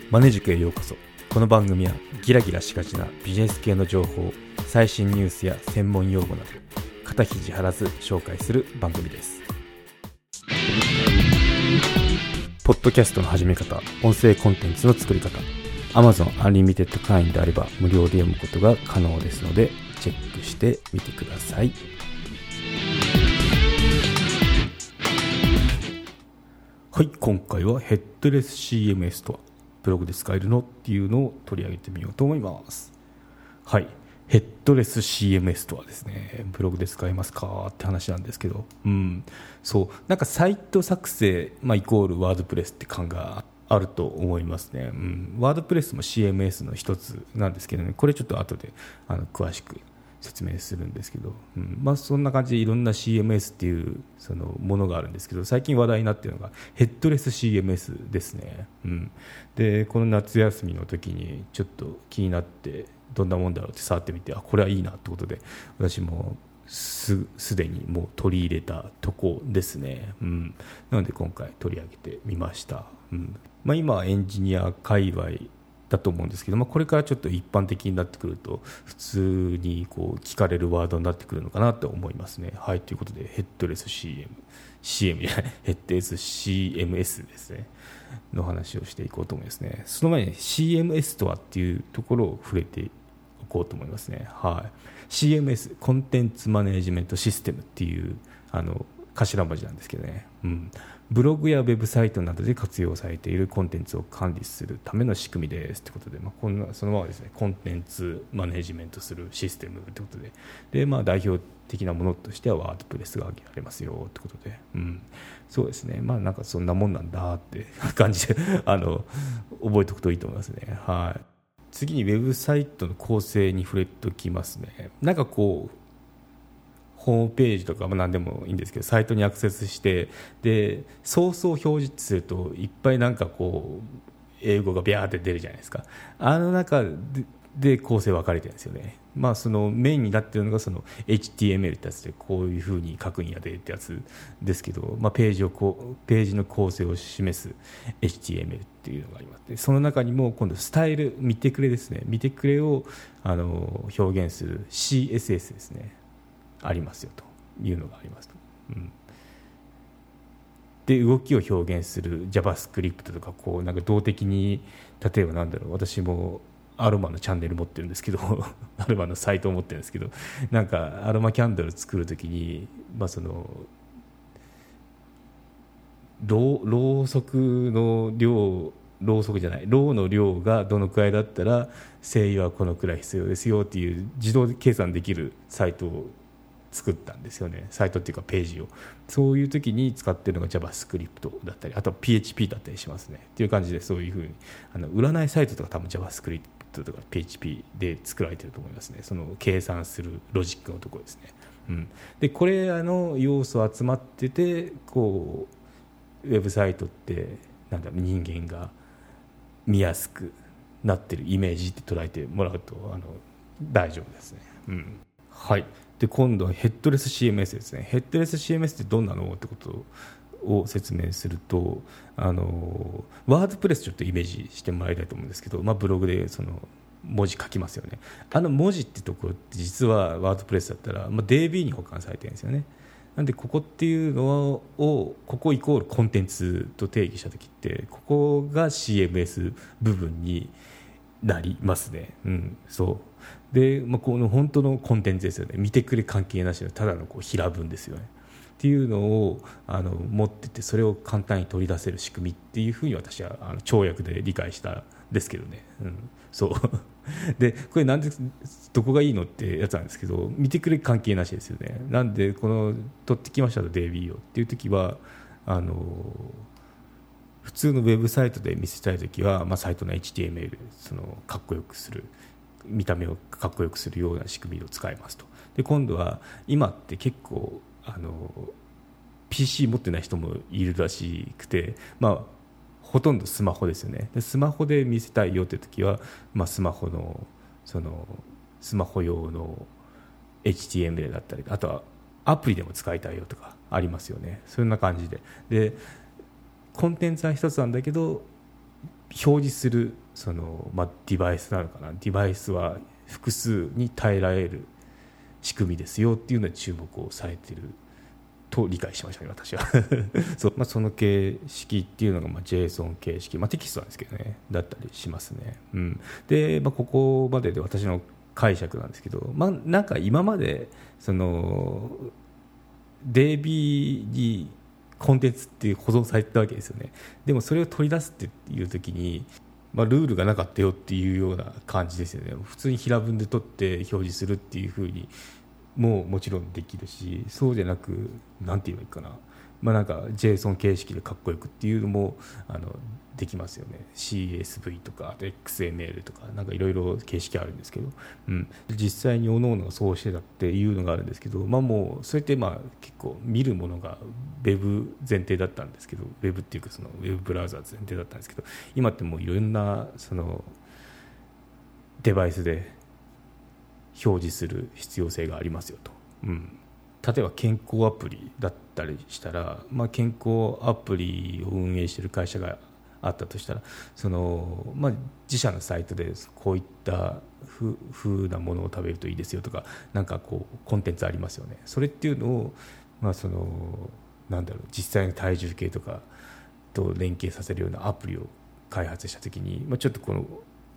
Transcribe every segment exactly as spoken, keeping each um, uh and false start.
マネ塾へようこそ。この番組はギラギラしがちなビジネス系の情報、最新ニュースや専門用語など肩肘張らず紹介する番組です。ポッドキャストの始め方、音声コンテンツの作り方、 Amazon Unlimited 会員であれば無料で読むことが可能ですのでチェックしてみてください。はい、今回はヘッドレス シーエムエス とはブログで使えるのっていうのを取り上げてみようと思います。はい、ヘッドレス シーエムエス とはですね、ブログで使えますかって話なんですけど、うん、そうなんかサイト作成、まあ、イコールワードプレスって感があると思いますね。うん、ワードプレスも シーエムエス の一つなんですけどね、これちょっと後であの詳しく説明するんですけど、うんまあ、そんな感じでいろんな シーエムエス っていうそのものがあるんですけど、最近話題になっているのがヘッドレス シーエムエス ですね。うん、でこの夏休みの時にちょっと気になってどんなもんだろうって触ってみて、あこれはいいなってことで私もすすでにもう取り入れたとこですね。うん、なので今回取り上げてみました。うんまあ、今エンジニア界隈だと思うんですけど、まあ、これからちょっと一般的になってくると普通にこう聞かれるワードになってくるのかなと思いますね。はい、ということでヘッドレス シーエム シーエム じゃないヘッドレス シーエムエス ですねの話をしていこうと思いますね。その前に シーエムエス とはっていうところを触れておこうと思いますね。はい、シーエムエス コンテンツマネージメントシステムっていうあの頭文字なんですけどね、うん、ブログやウェブサイトなどで活用されているコンテンツを管理するための仕組みですということで、まあ、こんなそのままですね、コンテンツマネジメントするシステムということで、で、まあ、代表的なものとしてはワードプレスが挙げられますよということで、うん、そうですね、まあなんかそんなもんなんだって感じであの覚えておくといいと思いますね。はい、次にウェブサイトの構成に触れておきますね。なんかこうホームページとか何でもいいんですけど、サイトにアクセスしてでソースを表示するといっぱいなんかこう英語がビャーって出るじゃないですか。あの中で、で構成分かれてるんですよね。まあそのメインになっているのがその エイチティーエムエル ってやつで、こういうふうに書くんやでってやつですけど、まあ、ページをこうページの構成を示す エイチティーエムエル っていうのがあります。でその中にも今度スタイル、見てくれですね、見てくれをあの表現する シーエスエス ですね、ありますよというのがありますと、うん、で動きを表現する JavaScript とか、こうなんか動的に、例えばなんだろう、私もアロマのチャンネル持ってるんですけどアロマのサイトを持ってるんですけど、なんかアロマキャンドル作るときに、まあ、そのろうろうそくの量ろうそくじゃないろうの量がどのくらいだったら精油はこのくらい必要ですよっていう自動で計算できるサイトを作ったんですよね。サイトっていうかページを。そういう時に使っているのが JavaScript だったり、あとは ピーエイチピー だったりしますねっていう感じで、そういうふうにあの占いサイトとか多分 JavaScript とか ピーエイチピー で作られていると思いますね。その計算するロジックのところですね。うん、でこれらの要素集まってて、こうウェブサイトってなんだろう、人間が見やすくなってるイメージって捉えてもらうとあの大丈夫ですね。うん、はい。で今度はヘッドレス シーエムエス ですね。ヘッドレス シーエムエス ってどんなのってことを説明すると、あのワードプレスちょっとイメージしてもらいたいと思うんですけど、まあ、ブログでその文字書きますよね。あの文字ってところって実はワードプレスだったら、まあ、ディービー に保管されてるんですよね。なんでここっていうのをここイコールコンテンツと定義したときって、ここが シーエムエス 部分になりますね。うん、そうで、まあ、この本当のコンテンツですよね。見てくれ関係なしのただのこう平文ですよねっていうのをあの持ってて、それを簡単に取り出せる仕組みっていうふうに私はあの跳躍で理解したんですけどね。うん、そうでこれなんでどこがいいのってやつなんですけど、見てくれ関係なしですよね。なんでこの取ってきましたと ディービー をっていう時はあの普通のウェブサイトで見せたいときは、まあ、サイトの エイチティーエムエル そのかっこよくする、見た目をかっこよくするような仕組みを使いますと。で今度は今って結構あの ピーシー 持ってない人もいるらしくて、まあ、ほとんどスマホですよね。でスマホで見せたいよというときは、まあ、スマホのそのスマホ用の エイチティーエムエル だったり、あとはアプリでも使いたいよとかありますよね。そんな感じででコンテンツは一つなんだけど表示するその、まあ、デバイスなのかな、デバイスは複数に耐えられる仕組みですよっていうのに注目をされていると理解しましたね、私はそう、まあ、その形式っていうのがまあ JSON 形式、まあ、テキストなんですけどね、だったりしますね、うん、で、まあ、ここまでで私の解釈なんですけど、まあ、なんか今までその デイビー にコンテンツって保存されてたわけですよね。でもそれを取り出すっていう時に、まあ、ルールがなかったよっていうような感じですよね。普通に平文で取って表示するっていう風にももちろんできるし、そうじゃなくなんて言えばいいかな、まあ、なんか JSON 形式でかっこよくっていうのもあのできますよね。 シーエスブイ とか エックスエムエル とかなんかいろいろ形式あるんですけど、うん、実際に各々がそうしてたっていうのがあるんですけど、まあ、もうそれってまあ結構見るものが Web 前提だったんですけど、 Web っていうかその Web ブラウザ前提だったんですけど、今ってもういろんなそのデバイスで表示する必要性がありますよと、うん、例えば健康アプリだったりしたら、まあ、健康アプリを運営している会社があったとしたら、その、まあ、自社のサイトでこういったふ風なものを食べるといいですよとか、なんかこうコンテンツありますよね。それっていうのを、まあ、そのなんだろう、実際の体重計とかと連携させるようなアプリを開発したときに、まあ、ちょっとこの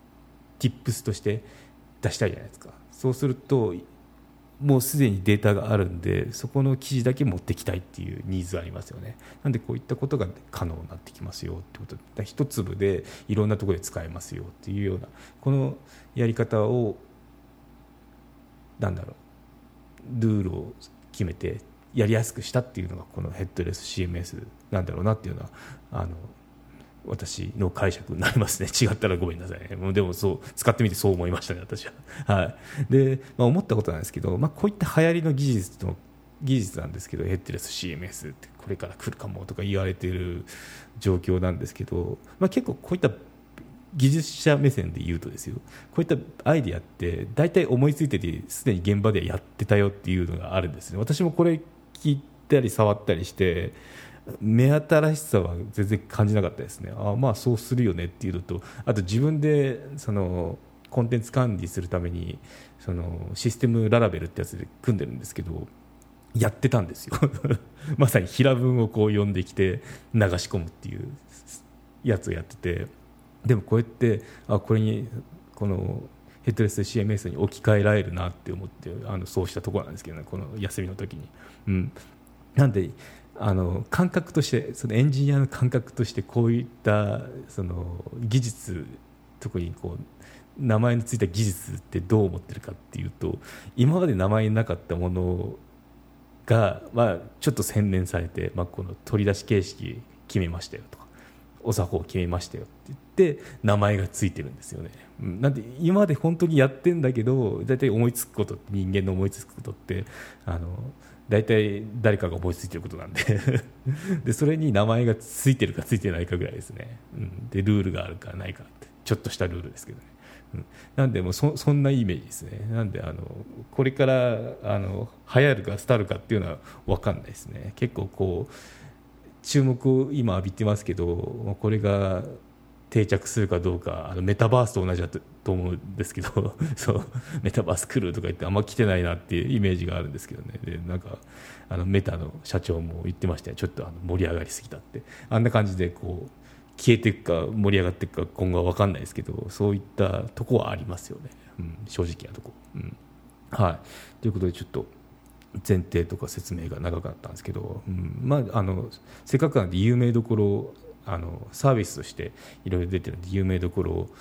Tips として出したいじゃないですか。そうするともうすでにデータがあるんで、そこの記事だけ持ってきたいっていうニーズありますよね。なんでこういったことが可能になってきますよってことで、一粒でいろんなところで使えますよっていうようなこのやり方をなんだろう、ルールを決めてやりやすくしたっていうのがこのヘッドレス シーエムエス なんだろうなっていうのはあの私の解釈になりますね。違ったらごめんなさいね。もうでもそう使ってみてそう思いましたね、私は。はい。で、まあ、思ったことなんですけど、まあ、こういった流行りの技術の技術なんですけど、ヘッドレス シーエムエス ってこれから来るかもとか言われている状況なんですけど、まあ、結構こういった技術者目線で言うとですよ、こういったアイディアって大体思いついててすでに現場でやってたよっていうのがあるんですね。私もこれ聞いたり触ったりして目新しさは全然感じなかったですね。ああ、まあそうするよねっていうのと、あと自分でそのコンテンツ管理するためにそのシステムララベルってやつで組んでるんですけど、やってたんですよまさに平文をこう読んできて流し込むっていうやつをやってて、でもこうやってあこれにこのヘッドレス シーエムエス に置き換えられるなって思ってあのそうしたところなんですけどね、この休みの時に、うん、なんであの感覚としてそのエンジニアの感覚としてこういったその技術、特にこう名前のついた技術ってどう思ってるかっていうと、今まで名前になかったものが、まあ、ちょっと洗練されて、まあ、この取り出し形式決めましたよとかお作法決めましたよって言って名前がついてるんですよね。なんで今まで本当にやってんだけど、だいたい思いつくことって人間の思いつくことってあの大体誰かが思いついてることなんででそれに名前がついてるかついてないかぐらいですね、うん、でルールがあるかないかってちょっとしたルールですけどね、うん、なんでもう そ, そんなイメージですね。なんであのこれからあの流行るか廃るかっていうのは分かんないですね。結構こう注目を今浴びてますけど、これが定着するかどうか、あのメタバースと同じだと思うんですけどそうメタバース来るとか言ってあんま来てないなっていうイメージがあるんですけどね。でなんかあのメタの社長も言ってましたよ、ちょっとあの盛り上がりすぎたって。あんな感じでこう消えていくか盛り上がっていくか今後は分かんないですけど、そういったとこはありますよね、うん、正直なとこ、うん、はい。ということでちょっと前提とか説明が長かったんですけど、うん、まああのせっかくなんで有名どころをあのサービスとしていろいろ出てるんで有名どころを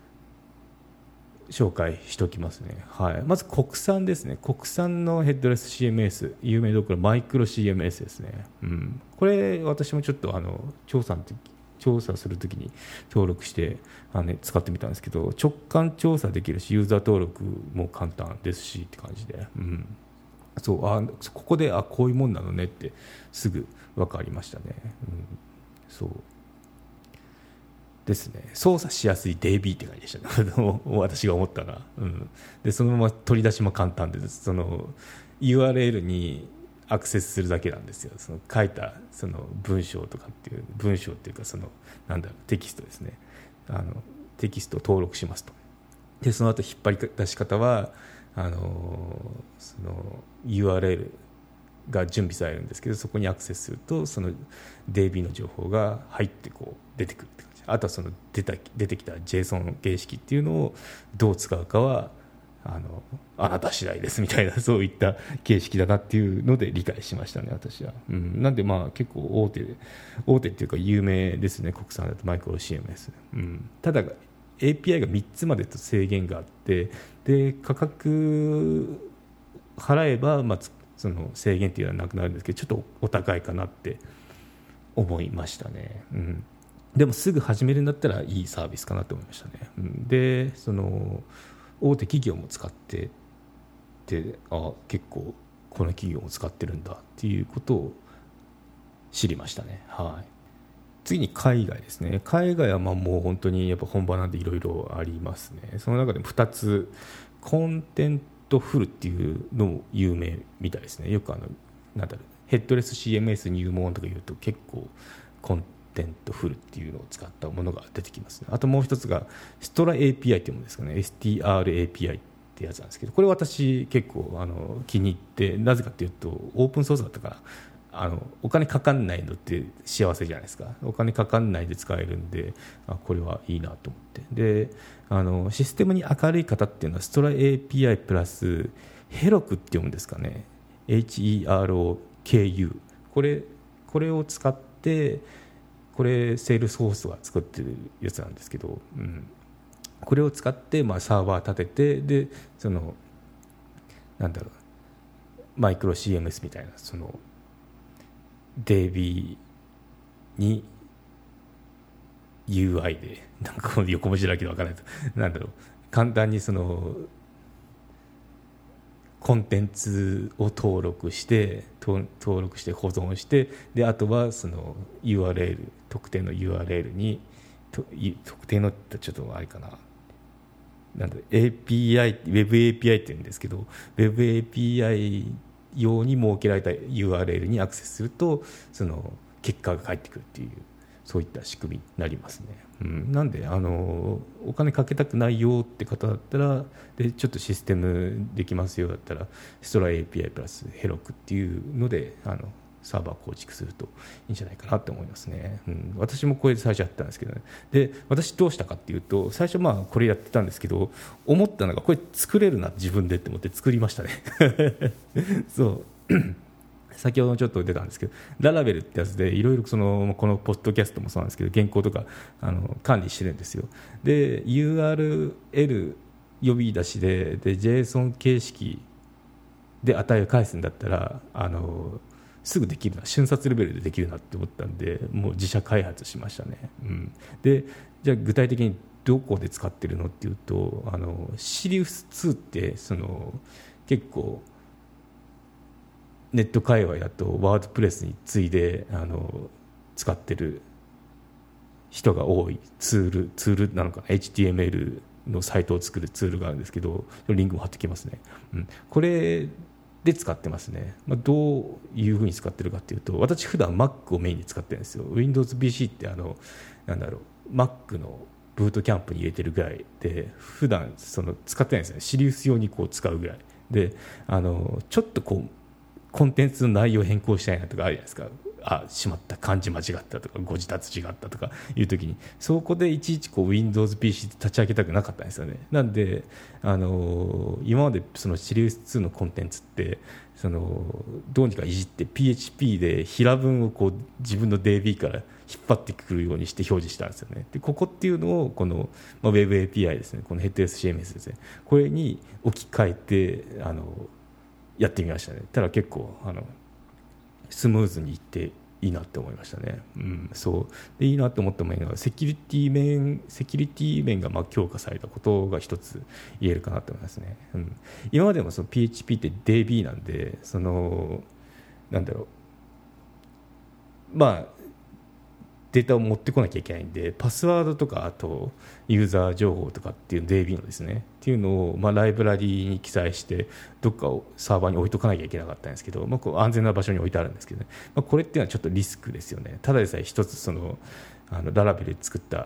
紹介しておきますね、はい、まず国産ですね。国産のヘッドレス シーエムエス 有名どころマイクロ シーエムエス ですね、うん、これ私もちょっとあの調査の時調査するときに登録してあの、ね、使ってみたんですけど、直感調査できるしユーザー登録も簡単ですしって感じで、うん、そうあここであこういうもんなのねってすぐ分かりましたね、うん、そうですね。操作しやすい デイビー って感じでしたね私が思ったのは、うん、でそのまま取り出しも簡単で、その ユーアールエル にアクセスするだけなんですよ。その書いたその文章とかっていう文章っていうかそのなんだろうテキストですね。 あのテキストを登録しますと。でその後引っ張り出し方はあのその ユーアールエル が準備されるんですけど、そこにアクセスするとその ディービー の情報が入ってこう出てくるって感じ。あとはその出た出てきた JSON 形式っていうのをどう使うかはあのあなた次第ですみたいな、そういった形式だなっていうので理解しましたね、私は。うん、なんでまあ結構大手で大手っていうか有名ですね、国産だとマイクロ シーエムエス、うん、ただ エーピーアイ がみっつまでと制限があって、で価格払えば、まあ、その制限っていうのはなくなるんですけど、ちょっとお高いかなって思いましたね、うん、でもすぐ始めるんだったらいいサービスかなと思いましたね、うん、でその大手企業も使ってて、あ結構この企業も使ってるんだっていうことを知りましたね、はい、次に海外ですね。海外はまあもう本当にやっぱ本場なんでいろいろありますね。その中でもふたつコンテントフルっていうのも有名みたいですね。よくあのなんだろうヘッドレス シーエムエス 入門とか言うと結構コンテントフルっていうのを使ったものが出てきますね。あともう一つがストラ エーピーアイ っていうものですかね。 エスティーアールエーピーアイ ってやつなんですけど、これ私結構あの気に入って、なぜかというとオープンソースだったからあのお金かかんないのって幸せじゃないですか。お金かかんないで使えるんで、あこれはいいなと思って、であのシステムに明るい方っていうのはストラ エーピーアイ プラスヘロクって読むんですかね。 エイチイーアールオーケーユー これこれを使って、これセールスフォースが作ってるやつなんですけど、うん、これを使ってまあサーバー立てて、でそのなんだろうマイクロ シーエムエス みたいなそのデイビーに ユーアイ でなんかこの横文字だけで分からないとなんだろう簡単にそのコンテンツを登録して登録して保存して、であとはその ユーアールエル 特定の ユーアールエル にと特定のってちょっとあれかななんだ エーピーアイ ウェブ エーピーアイ って言うんですけど、ウェブ エーピーアイ用に設けられた ユーアールエル にアクセスするとその結果が返ってくるっていう、そういった仕組みになりますね、うん、なんであのお金かけたくないよって方だったら、でちょっとシステムできますよだったらストラ エーピーアイ プラスヘロクっていうのであのサーバー構築するといいんじゃないかなと思いますね、うん、私もこれで最初やってたんですけどね。で私どうしたかっていうと、最初まあこれやってたんですけど、思ったのがこれ作れるな自分でって思って作りましたねそう先ほどちょっと出たんですけど、ララベルってやつでいろいろそのこのポッドキャストもそうなんですけど原稿とかあの管理してるんですよ。で ユーアールエル 呼び出しでで JSON 形式で値を返すんだったらあのすぐできるな、瞬殺レベルでできるなって思ったんで、もう自社開発しましたね、うん、でじゃあ具体的にどこで使ってるのっていうと、あのシリウスツーってその結構ネット界隈だとワードプレスに次いであの使ってる人が多いツールツールなのかな、 エイチティーエムエル のサイトを作るツールがあるんですけど、リンクも貼ってきますね、うん、これで使ってますね、まあ、どういうふうに使ってるかというと、私普段 Mac をメインに使ってるんですよ。 Windows ピーシー ってあのなんだろう Mac のブートキャンプに入れてるぐらいで普段その使ってないんですよね。シリウス用にこう使うぐらいで、あのちょっとこうコンテンツの内容を変更したいなとかあるじゃないですか。あしまった漢字間違ったとか誤字脱字があったとかいう時に、そこでいちいちこう Windows ピーシー 立ち上げたくなかったんですよね。なんであの今までそのシリウスツーのコンテンツってそのどうにかいじって ピーエイチピー で平文をこう自分の ディービー から引っ張ってくるようにして表示したんですよね。でここっていうのをこの、まあ、Web エーピーアイ ですね、このヘッドレス シーエムエス ですね、これに置き換えてあのやってみましたね。ただ結構あのスムーズにいっていいなって思いましたね、うん、そうでいいなって思ったのがセキュリティ面セキュリティ面がまあ強化されたことが一つ言えるかなと思いますね、うん、今までもその ピーエイチピー って ディービー なんでそのなんだろうまあデータを持ってこなきゃいけないんで、パスワードとかあとユーザー情報とかっていう ディービー のですねっていうのをまあライブラリに記載してどっかをサーバーに置いとかなきゃいけなかったんですけど、まあ、こう安全な場所に置いてあるんですけどね、まあ、これっていうのはちょっとリスクですよね。ただでさえ一つそのあのララベルで作った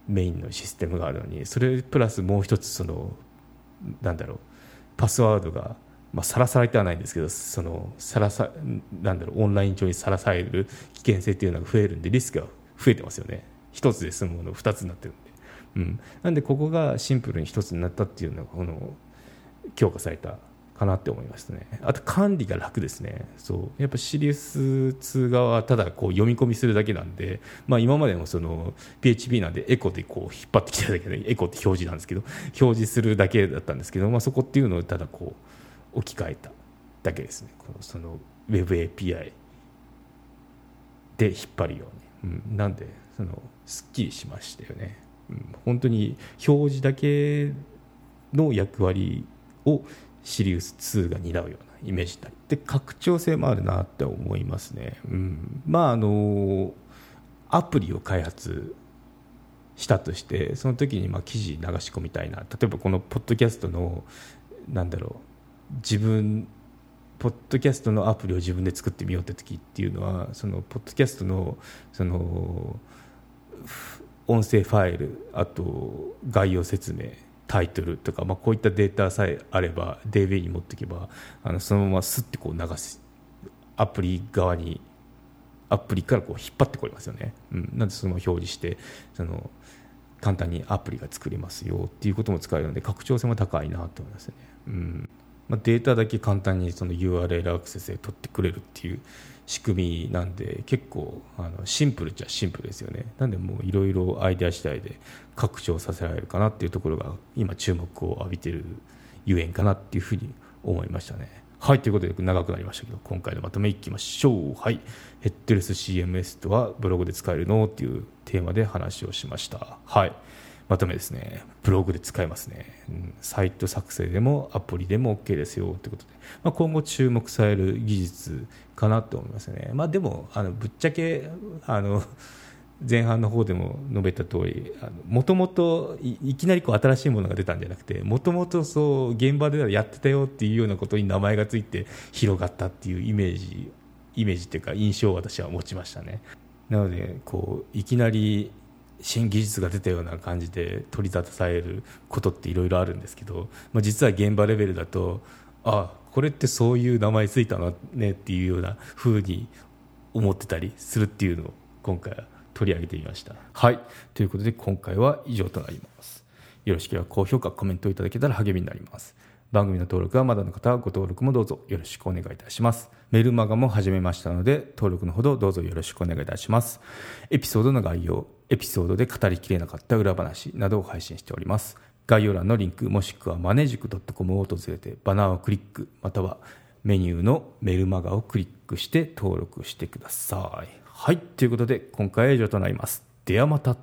メインのシステムがあるのに、それプラスもう一つそのなんだろうパスワードがまあさらされてはないんですけど、そのさらさなんだろうオンライン上にさらされる危険性っていうのが増えるんで、リスクが増えてますよね。一つで済むもの二つになってるんで、うん、なんでここがシンプルに一つになったっていうのがこの強化されたかなって思いましたね。あと管理が楽ですね。そうやっぱシリウスツー側はただこう読み込みするだけなんで、まあ、今までもその ピーエイチピー なんでエコでこう引っ張ってきただけでエコって表示なんですけど表示するだけだったんですけど、まあ、そこっていうのをただこう置き換えただけですね。このその Web エーピーアイ で引っ張るように、うん、なんでそのすっきりしましたよね、うん、本当に表示だけの役割をシリウスツーが担うようなイメージになりで、拡張性もあるなって思いますね、うん、まああのアプリを開発したとしてその時にまあ記事流し込みたいな、例えばこのポッドキャストのなんだろう自分ポッドキャストのアプリを自分で作ってみようって時っていうのは、そのポッドキャストのその音声ファイル、あと概要説明、タイトルとか、まあ、こういったデータさえあれば ディービー に持っていけばあのそのまますってこう流す、アプリ側にアプリからこう引っ張ってこれますよね、うん、なんでそのまま表示してその簡単にアプリが作れますよっていうことも使えるので拡張性も高いなと思いますね、うんまあ、データだけ簡単にその ユーアールエル アクセスで取ってくれるっていう仕組みなんで結構あのシンプルっちゃシンプルですよね。なんでもういろいろアイデア次第で拡張させられるかなっていうところが今注目を浴びているゆえんかなっていうふうに思いましたね。はい、ということで長くなりましたけど今回のまとめいきましょう。はい、ヘッドレス シーエムエス とはブログで使えるのっていうテーマで話をしました。はい、まとめですね。ブログで使えますね、うん、サイト作成でもアプリでも OK ですよということで、まあ、今後注目される技術かなと思いますね。まあ、でもあのぶっちゃけあの前半の方でも述べた通りもともといきなりこう新しいものが出たんじゃなくてもともと現場ではやってたよっていうようなことに名前がついて広がったっていうイメージイメージっていうか印象を私は持ちましたね。なのでこういきなり新技術が出たような感じで取り沙汰されることっていろいろあるんですけど、まあ、実は現場レベルだとあこれってそういう名前ついたのねっていうような風に思ってたりするっていうのを今回は取り上げてみました。はいということで今回は以上となります。よろしければ高評価コメントいただけたら励みになります。番組の登録はまだの方はご登録もどうぞよろしくお願いいたします。メルマガも始めましたので登録のほどどうぞよろしくお願いいたします。エピソードの概要、エピソードで語りきれなかった裏話などを配信しております。概要欄のリンクもしくはマネジク .com を訪れてバナーをクリックまたはメニューのメルマガをクリックして登録してください。はいということで今回は以上となります。ではまた。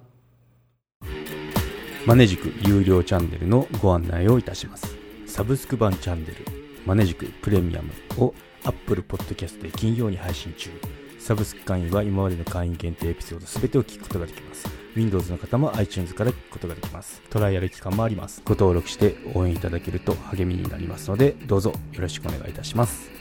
マネジク有料チャンネルのご案内をいたします。サブスク版チャンネルマネジクプレミアムを Apple Podcast で金曜に配信中。サブスク会員は今までの会員限定エピソードすべてを聞くことができます。 Windows の方も iTunes から聞くことができます。トライアル期間もあります。ご登録して応援いただけると励みになりますのでどうぞよろしくお願いいたします。